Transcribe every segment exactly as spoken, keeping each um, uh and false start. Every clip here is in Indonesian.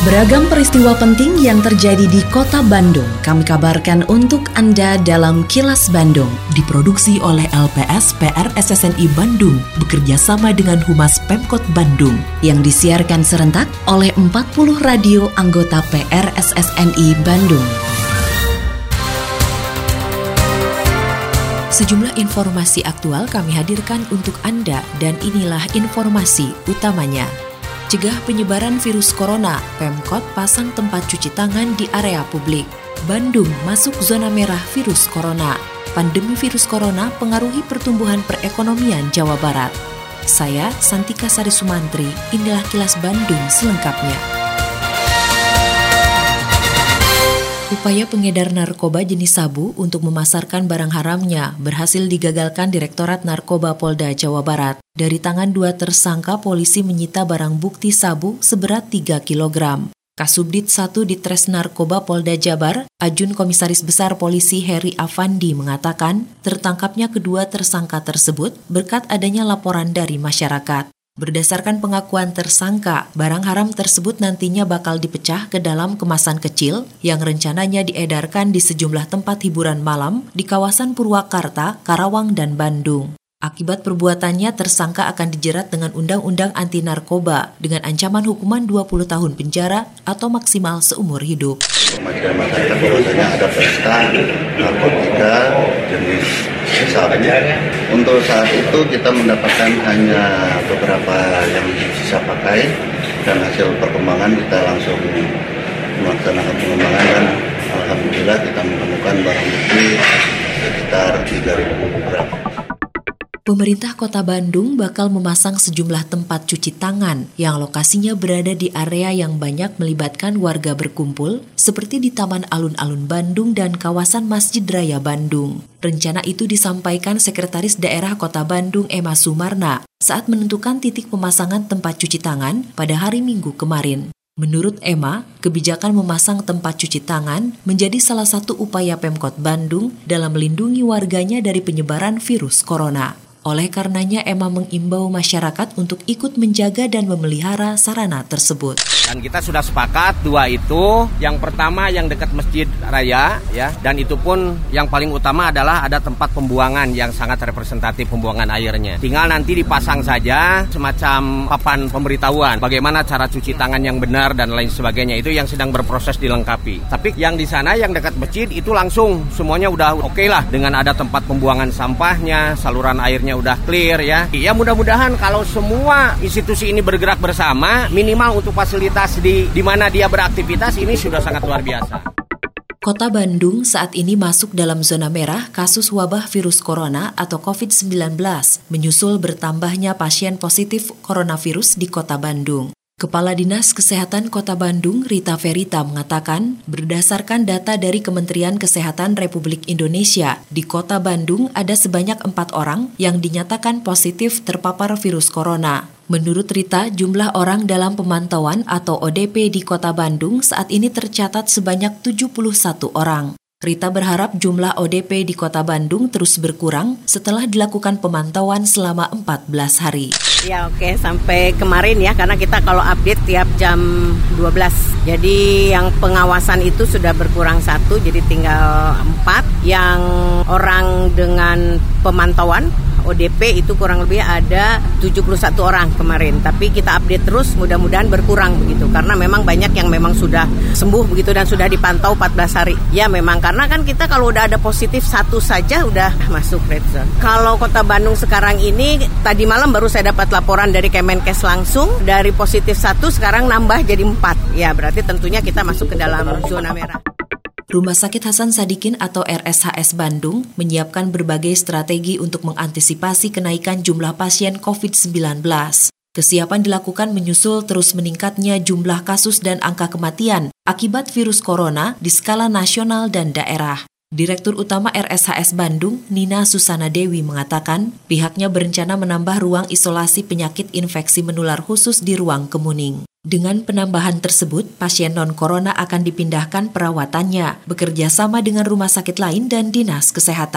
Beragam peristiwa penting yang terjadi di Kota Bandung kami kabarkan untuk Anda dalam Kilas Bandung. Diproduksi oleh L P S P R S S N I Bandung bekerja sama dengan Humas Pemkot Bandung yang disiarkan serentak oleh empat puluh radio anggota P R S S N I Bandung. Sejumlah informasi aktual kami hadirkan untuk Anda dan inilah informasi utamanya. Cegah penyebaran virus corona, Pemkot pasang tempat cuci tangan di area publik. Bandung masuk zona merah virus corona. Pandemi virus corona pengaruhi pertumbuhan perekonomian Jawa Barat. Saya Santika Sari Sumantri, inilah Kilas Bandung selengkapnya. Upaya pengedar narkoba jenis sabu untuk memasarkan barang haramnya berhasil digagalkan Direktorat Narkoba Polda Jawa Barat. Dari tangan dua tersangka, polisi menyita barang bukti sabu seberat tiga kilogram. Kasubdit satu Ditres Narkoba Polda Jabar, Ajun Komisaris Besar Polisi Heri Afandi mengatakan, tertangkapnya kedua tersangka tersebut berkat adanya laporan dari masyarakat. Berdasarkan pengakuan tersangka, barang haram tersebut nantinya bakal dipecah ke dalam kemasan kecil yang rencananya diedarkan di sejumlah tempat hiburan malam di kawasan Purwakarta, Karawang, dan Bandung. Akibat perbuatannya, tersangka akan dijerat dengan Undang-Undang Anti Narkoba dengan ancaman hukuman dua puluh tahun penjara atau maksimal seumur hidup. Pemakian masyarakat bahwasanya ada pesta narkotika jenis sabu. Untuk saat itu kita mendapatkan hanya beberapa yang sisa pakai dan hasil perkembangan kita langsung melaksanakan pengembangan dan alhamdulillah kita menemukan barang bukti sekitar tiga ribu gram. Pemerintah Kota Bandung bakal memasang sejumlah tempat cuci tangan yang lokasinya berada di area yang banyak melibatkan warga berkumpul, seperti di Taman Alun-Alun Bandung dan kawasan Masjid Raya Bandung. Rencana itu disampaikan Sekretaris Daerah Kota Bandung Emma Sumarna saat menentukan titik pemasangan tempat cuci tangan pada hari Minggu kemarin. Menurut Emma, kebijakan memasang tempat cuci tangan menjadi salah satu upaya Pemkot Bandung dalam melindungi warganya dari penyebaran virus corona. Oleh karenanya, Emma mengimbau masyarakat untuk ikut menjaga dan memelihara sarana tersebut. Dan kita sudah sepakat dua itu, yang pertama yang dekat Masjid Raya, ya, dan itu pun yang paling utama adalah ada tempat pembuangan yang sangat representatif pembuangan airnya. Tinggal nanti dipasang saja semacam papan pemberitahuan bagaimana cara cuci tangan yang benar dan lain sebagainya, itu yang sedang berproses dilengkapi. Tapi yang di sana yang dekat masjid itu langsung semuanya udah oke okay lah dengan ada tempat pembuangan sampahnya, saluran airnya udah clear ya. Ya mudah-mudahan kalau semua institusi ini bergerak bersama, minimal untuk fasilitas di di mana dia beraktivitas ini sudah sangat luar biasa. Kota Bandung saat ini masuk dalam zona merah kasus wabah virus corona atau covid sembilan belas, menyusul bertambahnya pasien positif coronavirus di Kota Bandung. Kepala Dinas Kesehatan Kota Bandung, Rita Ferita, mengatakan, berdasarkan data dari Kementerian Kesehatan Republik Indonesia, di Kota Bandung ada sebanyak empat orang yang dinyatakan positif terpapar virus corona. Menurut Rita, jumlah orang dalam pemantauan atau O D P di Kota Bandung saat ini tercatat sebanyak tujuh puluh satu orang. Rita berharap jumlah O D P di Kota Bandung terus berkurang setelah dilakukan pemantauan selama empat belas hari. Ya oke, sampai kemarin ya, karena kita kalau update tiap jam dua belas. Jadi yang pengawasan itu sudah berkurang satu, jadi tinggal empat. Yang orang dengan pemantauan O D P itu kurang lebih ada tujuh puluh satu orang kemarin. Tapi kita update terus, mudah-mudahan berkurang begitu. Karena memang banyak yang memang sudah sembuh begitu dan sudah dipantau empat belas hari. Ya memang, karena kan kita kalau udah ada positif satu saja udah masuk red zone. Kalau Kota Bandung sekarang ini, tadi malam baru saya dapat laporan dari Kemenkes langsung, dari positif satu sekarang nambah jadi empat. Ya berarti tentunya kita masuk ke dalam zona merah. Rumah Sakit Hasan Sadikin atau R S H S Bandung menyiapkan berbagai strategi untuk mengantisipasi kenaikan jumlah pasien covid sembilan belas. Kesiapan dilakukan menyusul terus meningkatnya jumlah kasus dan angka kematian akibat virus corona di skala nasional dan daerah. Direktur Utama R S H S Bandung, Nina Susana Dewi, mengatakan pihaknya berencana menambah ruang isolasi penyakit infeksi menular khusus di ruang Kemuning. Dengan penambahan tersebut, pasien non-corona akan dipindahkan perawatannya, bekerja sama dengan rumah sakit lain dan dinas kesehatan.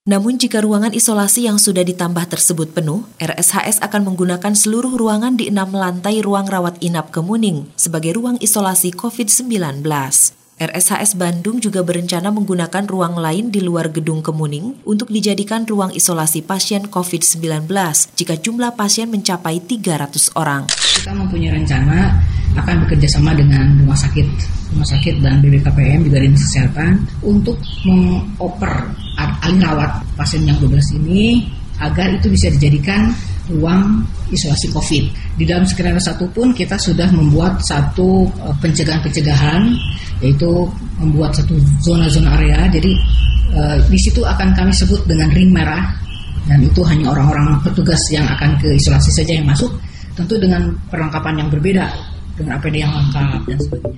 Namun jika ruangan isolasi yang sudah ditambah tersebut penuh, R S H S akan menggunakan seluruh ruangan di enam lantai ruang rawat inap Kemuning sebagai ruang isolasi covid sembilan belas. R S H S Bandung juga berencana menggunakan ruang lain di luar gedung Kemuning untuk dijadikan ruang isolasi pasien covid sembilan belas jika jumlah pasien mencapai tiga ratus orang. Kita mempunyai rencana akan bekerja sama dengan rumah sakit, rumah sakit dan B B K P M juga Dinas Kesehatan untuk mengoper alih rawat pasien yang dua belas ini agar itu bisa dijadikan ruang isolasi COVID. Di dalam skenario satu pun kita sudah membuat satu pencegahan-pencegahan, yaitu membuat satu zona-zona area. Jadi eh, di situ akan kami sebut dengan ring merah, dan itu hanya orang-orang petugas yang akan ke isolasi saja yang masuk, tentu dengan perlengkapan yang berbeda, dengan A P D yang lengkap dan sebagainya.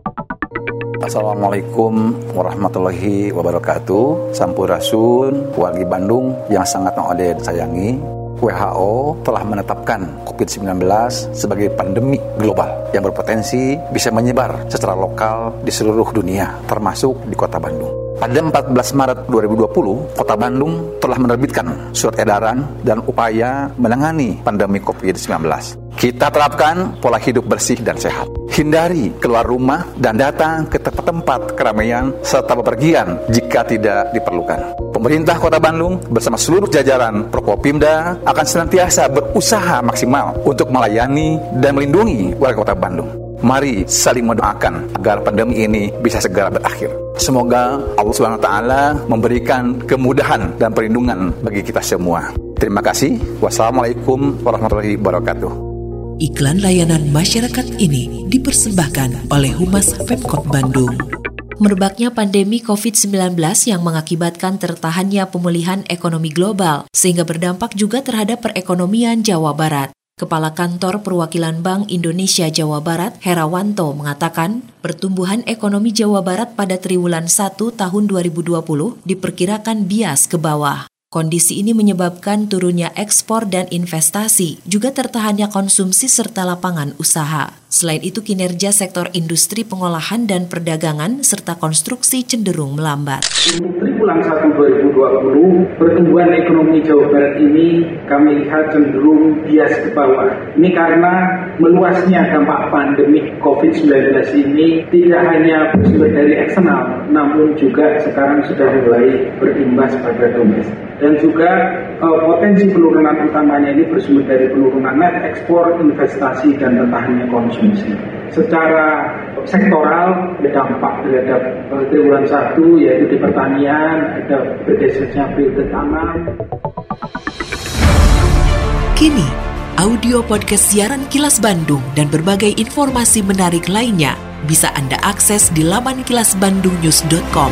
Assalamualaikum warahmatullahi wabarakatuh. Sampurasun, wargi Bandung yang sangat Ode sayangi. W H O telah menetapkan covid sembilan belas sebagai pandemi global yang berpotensi bisa menyebar secara lokal di seluruh dunia, termasuk di Kota Bandung. Pada empat belas Maret dua ribu dua puluh, Kota Bandung telah menerbitkan surat edaran dan upaya menangani pandemi covid sembilan belas. Kita terapkan pola hidup bersih dan sehat. Hindari keluar rumah dan datang ke tempat-tempat keramaian serta bepergian jika tidak diperlukan. Pemerintah Kota Bandung bersama seluruh jajaran Prokopimda akan senantiasa berusaha maksimal untuk melayani dan melindungi warga Kota Bandung. Mari saling mendoakan agar pandemi ini bisa segera berakhir. Semoga Allah subhanahu wa taala memberikan kemudahan dan perlindungan bagi kita semua. Terima kasih. Wassalamualaikum warahmatullahi wabarakatuh. Iklan layanan masyarakat ini dipersembahkan oleh Humas Pemkot Bandung. Merebaknya pandemi covid sembilan belas yang mengakibatkan tertahannya pemulihan ekonomi global sehingga berdampak juga terhadap perekonomian Jawa Barat. Kepala Kantor Perwakilan Bank Indonesia Jawa Barat, Herawanto, mengatakan pertumbuhan ekonomi Jawa Barat pada triwulan satu tahun dua ribu dua puluh diperkirakan bias ke bawah. Kondisi ini menyebabkan turunnya ekspor dan investasi, juga tertahannya konsumsi serta lapangan usaha. Selain itu, kinerja sektor industri pengolahan dan perdagangan serta konstruksi cenderung melambat. Untuk triwulan satu dua ribu dua puluh, pertumbuhan ekonomi Jawa Barat ini kami lihat cenderung bias ke bawah. Ini karena meluasnya dampak pandemi covid sembilan belas ini tidak hanya bersumber dari eksternal, namun juga sekarang sudah mulai berimbas pada domestik. Dan juga uh, potensi penurunan utamanya ini bersumber dari penurunan net ekspor, investasi, dan tertahannya konsumsi. Secara sektoral berdampak terhadap uh, triwulan satu, yaitu di pertanian, ada bergesernya periode tanam. Kini, audio podcast siaran Kilas Bandung dan berbagai informasi menarik lainnya bisa Anda akses di laman kilas bandung news dot com.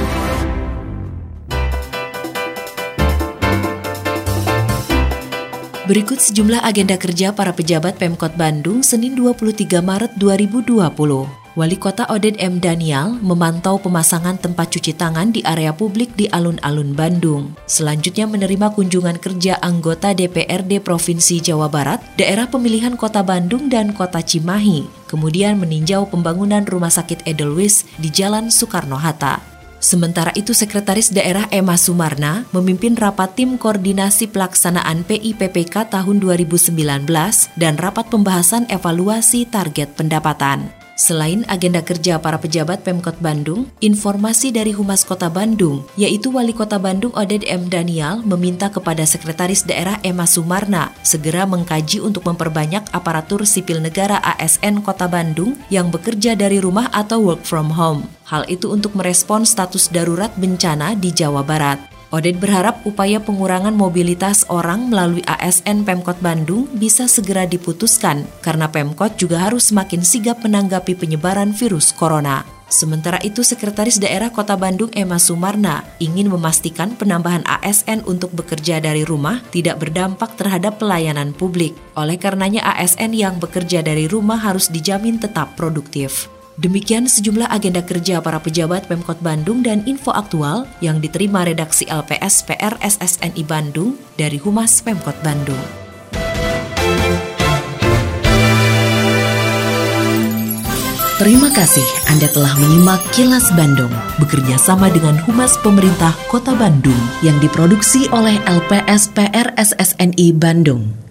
Berikut sejumlah agenda kerja para pejabat Pemkot Bandung Senin dua puluh tiga Maret dua ribu dua puluh. Wali Kota Oded M. Daniel memantau pemasangan tempat cuci tangan di area publik di alun-alun Bandung. Selanjutnya menerima kunjungan kerja anggota D P R D Provinsi Jawa Barat, daerah pemilihan Kota Bandung dan Kota Cimahi. Kemudian meninjau pembangunan Rumah Sakit Edelweiss di Jalan Soekarno-Hatta. Sementara itu, Sekretaris Daerah Emma Sumarna memimpin rapat tim koordinasi pelaksanaan P I P P K tahun dua ribu sembilan belas dan rapat pembahasan evaluasi target pendapatan. Selain agenda kerja para pejabat Pemkot Bandung, informasi dari Humas Kota Bandung, yaitu Wali Kota Bandung Oded M. Daniel meminta kepada Sekretaris Daerah Emma Sumarna segera mengkaji untuk memperbanyak aparatur sipil negara A S N Kota Bandung yang bekerja dari rumah atau work from home. Hal itu untuk merespon status darurat bencana di Jawa Barat. Oded berharap upaya pengurangan mobilitas orang melalui A S N Pemkot Bandung bisa segera diputuskan karena Pemkot juga harus semakin sigap menanggapi penyebaran virus corona. Sementara itu, Sekretaris Daerah Kota Bandung Emma Sumarna ingin memastikan penambahan A S N untuk bekerja dari rumah tidak berdampak terhadap pelayanan publik. Oleh karenanya A S N yang bekerja dari rumah harus dijamin tetap produktif. Demikian sejumlah agenda kerja para pejabat Pemkot Bandung dan info aktual yang diterima redaksi L P S P R S S N I Bandung dari Humas Pemkot Bandung. Terima kasih Anda telah menyimak Kilas Bandung bekerja sama dengan Humas Pemerintah Kota Bandung yang diproduksi oleh L P S P R S S N I Bandung.